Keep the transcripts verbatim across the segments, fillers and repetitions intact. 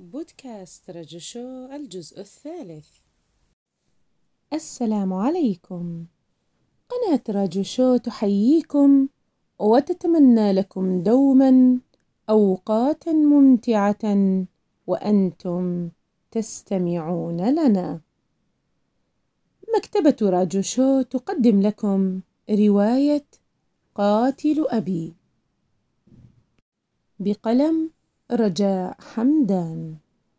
بودكاست رجو شو الجزء الثالث. السلام عليكم. قناة رجو شو تحييكم وتتمنى لكم دوما أوقاتا ممتعة وأنتم تستمعون لنا. مكتبة رجو شو تقدم لكم رواية قاتل أبي بقلم رجاء حمدان.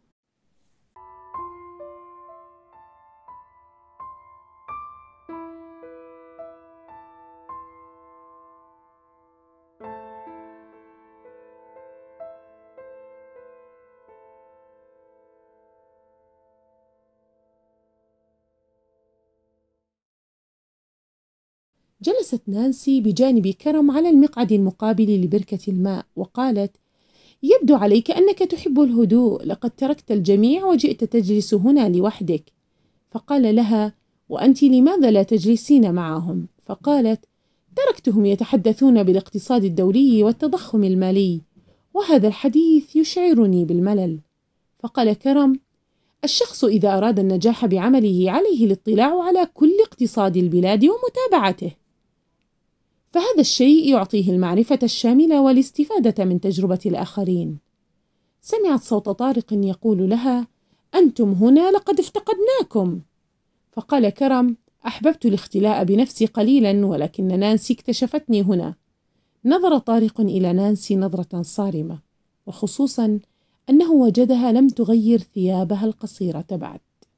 جلست نانسي بجانب كرم على المقعد المقابل لبركة الماء وقالت: يبدو عليك أنك تحب الهدوء، لقد تركت الجميع وجئت تجلس هنا لوحدك. فقال لها: وأنت لماذا لا تجلسين معهم؟ فقالت: تركتهم يتحدثون بالاقتصاد الدولي والتضخم المالي، وهذا الحديث يشعرني بالملل. فقال كرم: الشخص إذا أراد النجاح بعمله عليه الاطلاع على كل اقتصاد البلاد ومتابعته، فهذا الشيء يعطيه المعرفة الشاملة والاستفادة من تجربة الآخرين. سمعت صوت طارق يقول لها: أنتم هنا لقد افتقدناكم. فقال كرم: أحببت الاختلاء بنفسي قليلا، ولكن نانسي اكتشفتني هنا. نظر طارق إلى نانسي نظرة صارمة، وخصوصا أنه وجدها لم تغير ثيابها القصيرة بعد.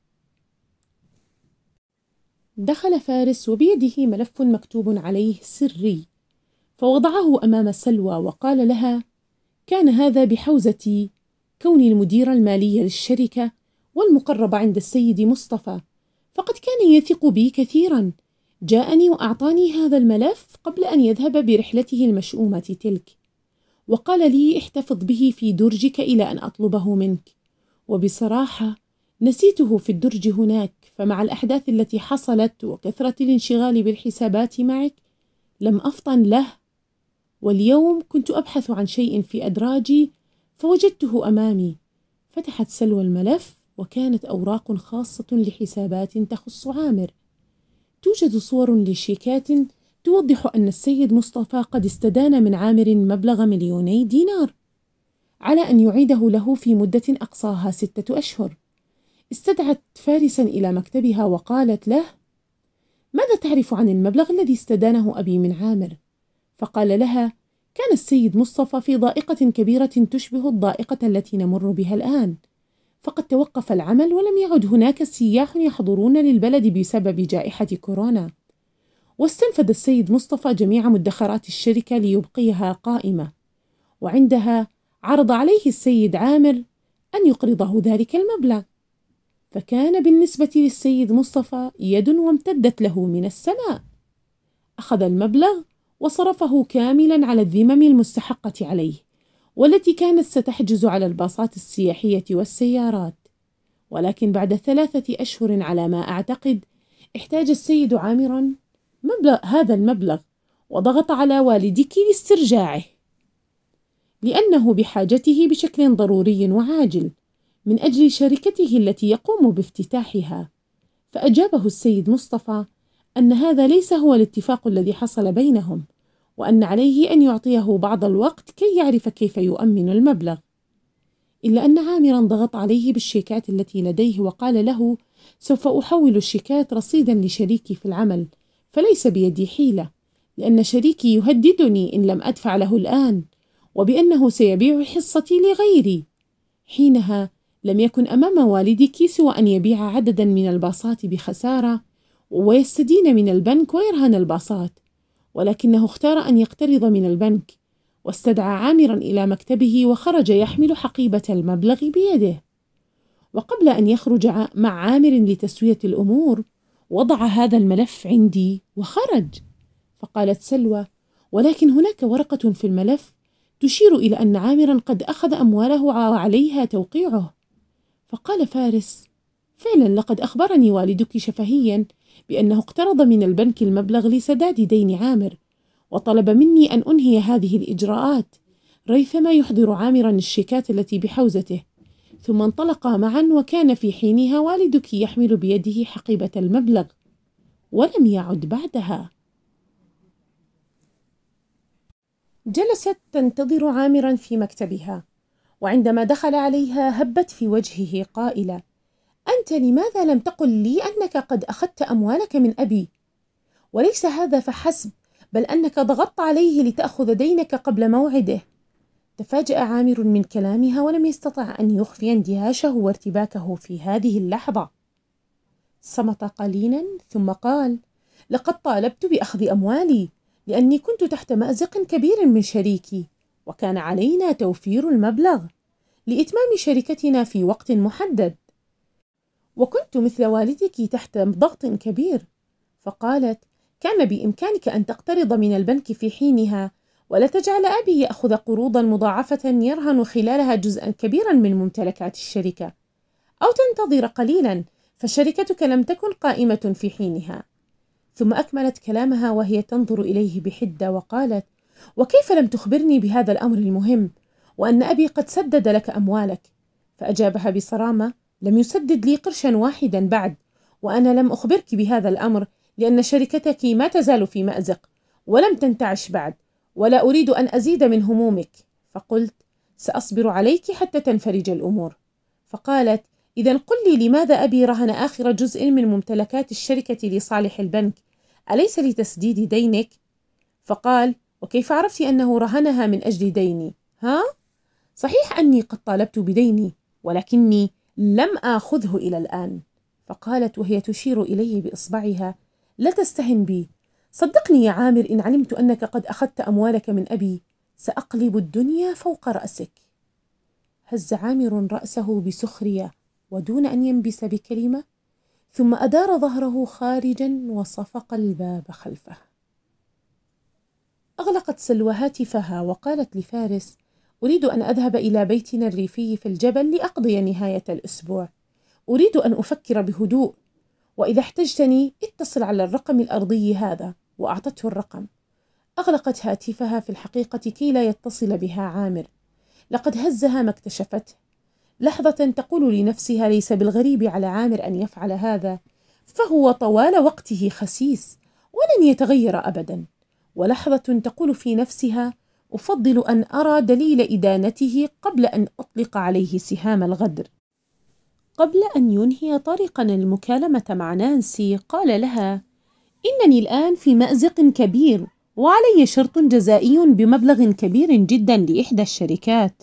دخل فارس وبيده ملف مكتوب عليه سري، فوضعه أمام سلوى وقال لها: كان هذا بحوزة كوني المدير المالي للشركة والمقرب عند السيد مصطفى، فقد كان يثق بي كثيرا. جاءني وأعطاني هذا الملف قبل أن يذهب برحلته المشؤومة تلك، وقال لي: احتفظ به في درجك إلى أن أطلبه منك. وبصراحة نسيته في الدرج هناك، فمع الأحداث التي حصلت وكثرة الانشغال بالحسابات معك لم أفطن له. واليوم كنت أبحث عن شيء في أدراجي فوجدته أمامي. فتحت سلوى الملف وكانت أوراق خاصة لحسابات تخص عامر. توجد صور لشيكات توضح أن السيد مصطفى قد استدان من عامر مبلغ مليوني دينار على أن يعيده له في مدة أقصاها ستة أشهر. استدعت فارسا إلى مكتبها وقالت له: ماذا تعرف عن المبلغ الذي استدانه أبي من عامر؟ فقال لها: كان السيد مصطفى في ضائقة كبيرة تشبه الضائقة التي نمر بها الآن، فقد توقف العمل ولم يعد هناك سياح يحضرون للبلد بسبب جائحة كورونا، واستنفذ السيد مصطفى جميع مدخرات الشركة ليبقيها قائمة، وعندها عرض عليه السيد عامر أن يقرضه ذلك المبلغ، فكان بالنسبة للسيد مصطفى يد وامتدت له من السماء. أخذ المبلغ وصرفه كاملا على الذمم المستحقة عليه، والتي كانت ستحجز على الباصات السياحية والسيارات. ولكن بعد ثلاثة أشهر على ما أعتقد احتاج السيد عامرا مبلغ هذا المبلغ، وضغط على والدك لاسترجاعه لأنه بحاجته بشكل ضروري وعاجل من أجل شركته التي يقوم بافتتاحها. فأجابه السيد مصطفى أن هذا ليس هو الاتفاق الذي حصل بينهم، وأن عليه أن يعطيه بعض الوقت كي يعرف كيف يؤمن المبلغ. إلا أن عامرا ضغط عليه بالشيكات التي لديه وقال له: سوف أحول الشيكات رصيدا لشريكي في العمل، فليس بيدي حيلة، لأن شريكي يهددني إن لم أدفع له الآن، وبأنه سيبيع حصتي لغيري. حينها لم يكن أمام والدك سوى أن يبيع عددا من الباصات بخسارة ويستدين من البنك ويرهن الباصات، ولكنه اختار أن يقترض من البنك، واستدعى عامرا إلى مكتبه وخرج يحمل حقيبة المبلغ بيده. وقبل أن يخرج مع عامر لتسوية الأمور وضع هذا الملف عندي وخرج. فقالت سلوى: ولكن هناك ورقة في الملف تشير إلى أن عامرا قد أخذ أمواله وعليها توقيعه. فقال فارس: فعلا لقد أخبرني والدك شفهيا بأنه اقترض من البنك المبلغ لسداد دين عامر، وطلب مني أن أنهي هذه الإجراءات ريثما يحضر عامرا الشيكات التي بحوزته، ثم انطلقا معا، وكان في حينها والدك يحمل بيده حقيبة المبلغ، ولم يعد بعدها. جلست تنتظر عامرا في مكتبها، وعندما دخل عليها هبت في وجهه قائلة: أنت لماذا لم تقل لي أنك قد أخذت أموالك من أبي؟ وليس هذا فحسب، بل أنك ضغطت عليه لتأخذ دينك قبل موعده. تفاجأ عامر من كلامها، ولم يستطع أن يخفي اندهاشه وارتباكه في هذه اللحظة. صمت قليلا ثم قال: لقد طالبت بأخذ أموالي، لأني كنت تحت مأزق كبير من شريكي، وكان علينا توفير المبلغ لإتمام شركتنا في وقت محدد، وكنت مثل والدك تحت ضغط كبير. فقالت: كان بإمكانك أن تقترض من البنك في حينها، ولا تجعل أبي يأخذ قروضا مضاعفة يرهن خلالها جزءا كبيرا من ممتلكات الشركة، أو تنتظر قليلا، فشركتك لم تكن قائمة في حينها. ثم أكملت كلامها وهي تنظر إليه بحدة وقالت: وكيف لم تخبرني بهذا الأمر المهم، وأن أبي قد سدد لك أموالك؟ فأجابها بصرامة: لم يسدد لي قرشا واحدا بعد، وأنا لم أخبرك بهذا الأمر لأن شركتك ما تزال في مأزق ولم تنتعش بعد، ولا أريد أن أزيد من همومك. فقلت: سأصبر عليك حتى تنفرج الأمور. فقالت: إذن قل لي، لماذا أبي رهن آخر جزء من ممتلكات الشركة لصالح البنك؟ أليس لتسديد دينك؟ فقال: وكيف عرفت أنه رهنها من أجل ديني؟ ها؟ صحيح أني قد طالبت بديني، ولكني لم آخذه إلى الآن. فقالت وهي تشير إليه بإصبعها: لا تستهن بي، صدقني يا عامر، إن علمت أنك قد أخذت أموالك من أبي سأقلب الدنيا فوق رأسك. هز عامر رأسه بسخرية ودون أن ينبس بكلمة، ثم أدار ظهره خارجا وصفق الباب خلفه. أغلقت سلوى هاتفها وقالت لفارس: أريد أن أذهب إلى بيتنا الريفي في الجبل لأقضي نهاية الأسبوع، أريد أن أفكر بهدوء، وإذا احتجتني اتصل على الرقم الأرضي هذا. وأعطته الرقم. أغلقت هاتفها في الحقيقة كي لا يتصل بها عامر. لقد هزها ما اكتشفته. لحظة تقول لنفسها: ليس بالغريب على عامر أن يفعل هذا، فهو طوال وقته خسيس ولن يتغير أبدا. ولحظة تقول في نفسها: أفضل أن أرى دليل إدانته قبل أن أطلق عليه سهام الغدر. قبل أن ينهي طارقا المكالمة مع نانسي، قال لها: إنني الآن في مأزق كبير، وعلي شرط جزائي بمبلغ كبير جدا لإحدى الشركات.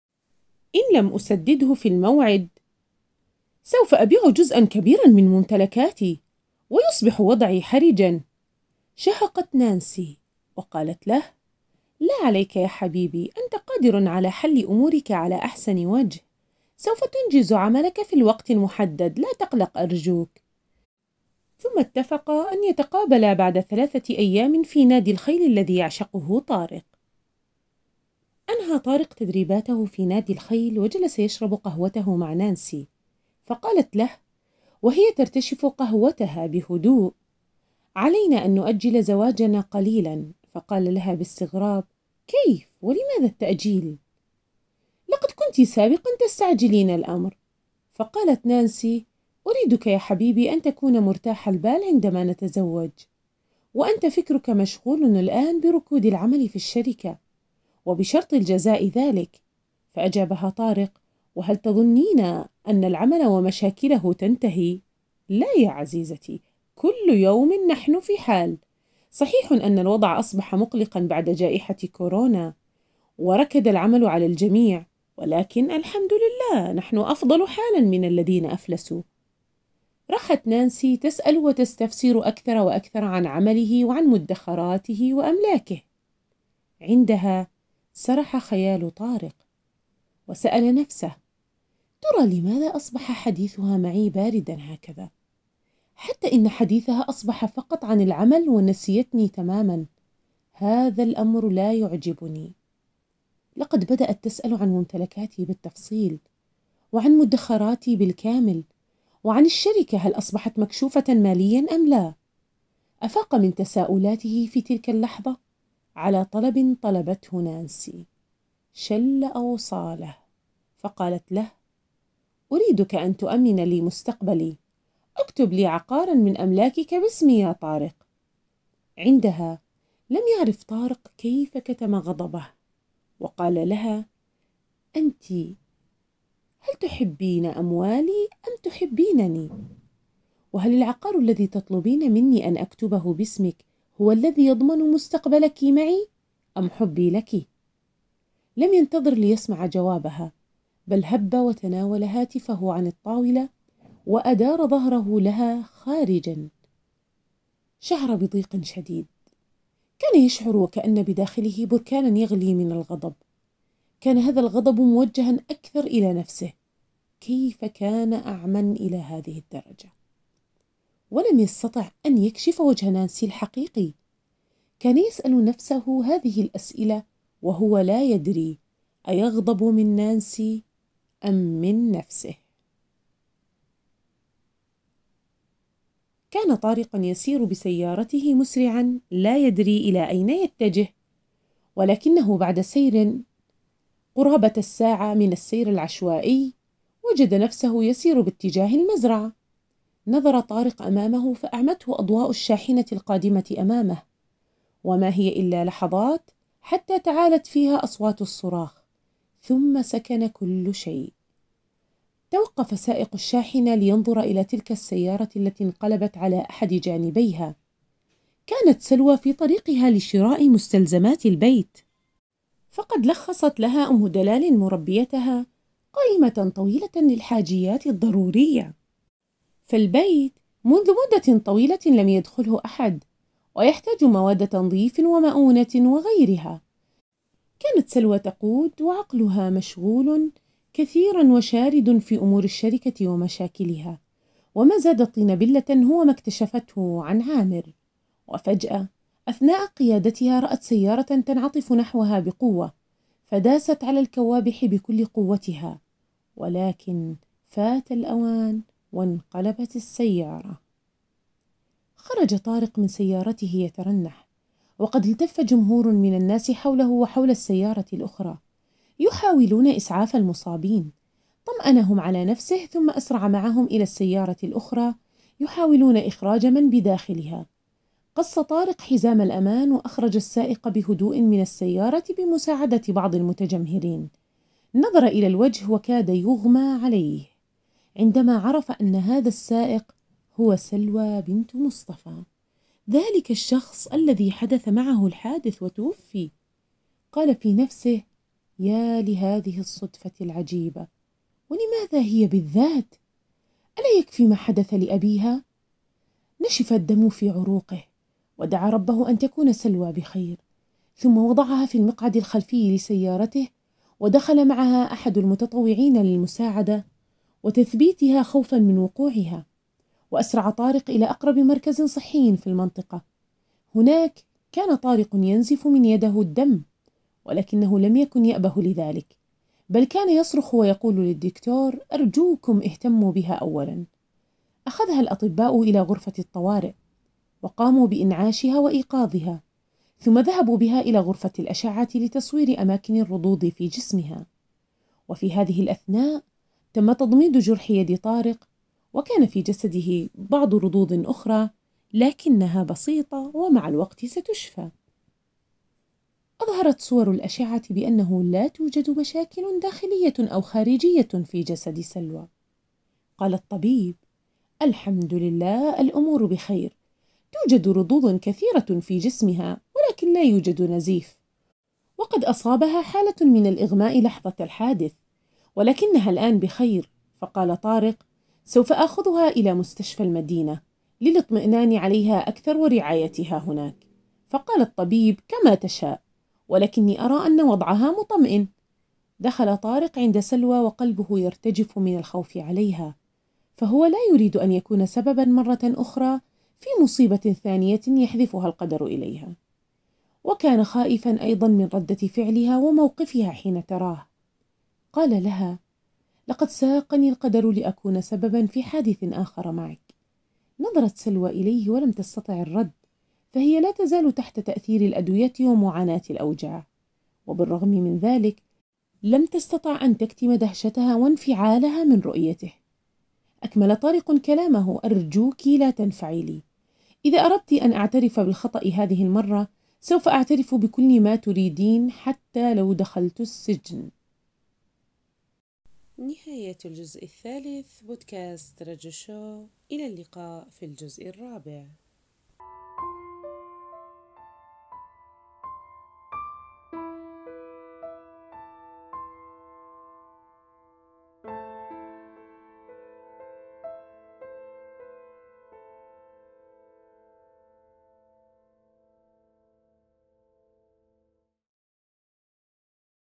إن لم أسدده في الموعد سوف أبيع جزءا كبيرا من ممتلكاتي، ويصبح وضعي حرجا. شهقت نانسي وقالت له: لا عليك يا حبيبي، أنت قادر على حل أمورك على أحسن وجه، سوف تنجز عملك في الوقت المحدد، لا تقلق أرجوك. ثم اتفقا أن يتقابلا بعد ثلاثة أيام في نادي الخيل الذي يعشقه طارق. أنهى طارق تدريباته في نادي الخيل وجلس يشرب قهوته مع نانسي، فقالت له وهي ترتشف قهوتها بهدوء: علينا أن نؤجل زواجنا قليلا. فقال لها باستغراب: كيف؟ ولماذا التأجيل؟ لقد كنت سابقا تستعجلين الأمر. فقالت نانسي: أريدك يا حبيبي أن تكون مرتاح البال عندما نتزوج، وأنت فكرك مشغول الآن بركود العمل في الشركة، وبشرط الجزاء ذلك. فأجابها طارق: وهل تظنين أن العمل ومشاكله تنتهي؟ لا يا عزيزتي، كل يوم نحن في حال. صحيح أن الوضع أصبح مقلقا بعد جائحة كورونا، وركد العمل على الجميع، ولكن الحمد لله نحن أفضل حالا من الذين أفلسوا. راحت نانسي تسأل وتستفسر أكثر وأكثر عن عمله وعن مدخراته وأملاكه. عندها سرح خيال طارق، وسأل نفسه: ترى لماذا أصبح حديثها معي باردا هكذا؟ حتى إن حديثها أصبح فقط عن العمل ونسيتني تماما. هذا الأمر لا يعجبني. لقد بدأت تسأل عن ممتلكاتي بالتفصيل، وعن مدخراتي بالكامل، وعن الشركة هل أصبحت مكشوفة ماليا أم لا. أفاق من تساؤلاته في تلك اللحظة على طلب طلبته نانسي. شل أوصاله فقالت له: أريدك أن تؤمن لي مستقبلي. اكتب لي عقارا من أملاكك باسمي يا طارق. عندها لم يعرف طارق كيف كتم غضبه، وقال لها: أنت هل تحبين أموالي أم تحبينني؟ وهل العقار الذي تطلبين مني أن أكتبه باسمك هو الذي يضمن مستقبلك معي أم حبي لك؟ لم ينتظر ليسمع جوابها، بل هب وتناول هاتفه عن الطاولة وأدار ظهره لها خارجا. شعر بضيق شديد، كان يشعر وكأن بداخله بركانا يغلي من الغضب. كان هذا الغضب موجها أكثر إلى نفسه. كيف كان أعمى إلى هذه الدرجة؟ ولم يستطع أن يكشف وجه نانسي الحقيقي. كان يسأل نفسه هذه الأسئلة وهو لا يدري أيغضب من نانسي أم من نفسه. كان طارق يسير بسيارته مسرعا لا يدري إلى أين يتجه، ولكنه بعد سير قرابة الساعة من السير العشوائي وجد نفسه يسير باتجاه المزرعة. نظر طارق أمامه فأعمته أضواء الشاحنة القادمة أمامه، وما هي إلا لحظات حتى تعالت فيها أصوات الصراخ، ثم سكن كل شيء. توقف سائق الشاحنة لينظر إلى تلك السيارة التي انقلبت على أحد جانبيها. كانت سلوى في طريقها لشراء مستلزمات البيت، فقد لخصت لها أم دلال مربيتها قائمة طويلة للحاجيات الضرورية. فالبيت منذ مدة طويلة لم يدخله أحد، ويحتاج مواد تنظيف ومؤونة وغيرها. كانت سلوى تقود وعقلها مشغول كثيرا وشارد في أمور الشركة ومشاكلها، وما زاد طين بلة هو ما اكتشفته عن عامر. وفجأة أثناء قيادتها رأت سيارة تنعطف نحوها بقوة، فداست على الكوابح بكل قوتها، ولكن فات الأوان وانقلبت السيارة. خرج طارق من سيارته يترنح، وقد التف جمهور من الناس حوله وحول السيارة الأخرى يحاولون إسعاف المصابين. طمأنهم على نفسه ثم أسرع معهم إلى السيارة الأخرى يحاولون إخراج من بداخلها. قص طارق حزام الأمان وأخرج السائق بهدوء من السيارة بمساعدة بعض المتجمهرين. نظر إلى الوجه وكاد يغمى عليه عندما عرف أن هذا السائق هو سلوى بنت مصطفى، ذلك الشخص الذي حدث معه الحادث وتوفي. قال في نفسه: يا لهذه الصدفة العجيبة، ولماذا هي بالذات؟ ألا يكفي ما حدث لأبيها؟ نشف الدم في عروقه، ودعا ربه أن تكون سلوى بخير، ثم وضعها في المقعد الخلفي لسيارته، ودخل معها أحد المتطوعين للمساعدة وتثبيتها خوفا من وقوعها. وأسرع طارق إلى أقرب مركز صحي في المنطقة. هناك كان طارق ينزف من يده الدم، ولكنه لم يكن يأبه لذلك، بل كان يصرخ ويقول للدكتور: أرجوكم اهتموا بها أولا. أخذها الأطباء إلى غرفة الطوارئ وقاموا بإنعاشها وإيقاظها، ثم ذهبوا بها إلى غرفة الأشعة لتصوير أماكن الرضوض في جسمها. وفي هذه الأثناء تم تضميد جرح يد طارق، وكان في جسده بعض رضوض أخرى لكنها بسيطة ومع الوقت ستشفى. أظهرت صور الأشعة بأنه لا توجد مشاكل داخلية أو خارجية في جسد سلوى. قال الطبيب: الحمد لله، الأمور بخير، توجد رضوض كثيرة في جسمها ولكن لا يوجد نزيف، وقد أصابها حالة من الإغماء لحظة الحادث، ولكنها الآن بخير. فقال طارق: سوف آخذها إلى مستشفى المدينة للاطمئنان عليها أكثر ورعايتها هناك. فقال الطبيب: كما تشاء، ولكني أرى أن وضعها مطمئن. دخل طارق عند سلوى وقلبه يرتجف من الخوف عليها، فهو لا يريد أن يكون سببا مرة أخرى في مصيبة ثانية يحذفها القدر إليها. وكان خائفا أيضا من ردة فعلها وموقفها حين تراه. قال لها: لقد ساقني القدر لأكون سببا في حادث آخر معك. نظرت سلوى إليه ولم تستطع الرد، فهي لا تزال تحت تأثير الأدوية ومعاناة الأوجاع، وبالرغم من ذلك لم تستطع أن تكتم دهشتها وانفعالها من رؤيته. أكمل طارق كلامه: أرجوك لا تنفعلي. إذا أردت أن أعترف بالخطأ هذه المرة، سوف أعترف بكل ما تريدين حتى لو دخلت السجن. نهاية الجزء الثالث بودكاست رجو شو. إلى اللقاء في الجزء الرابع.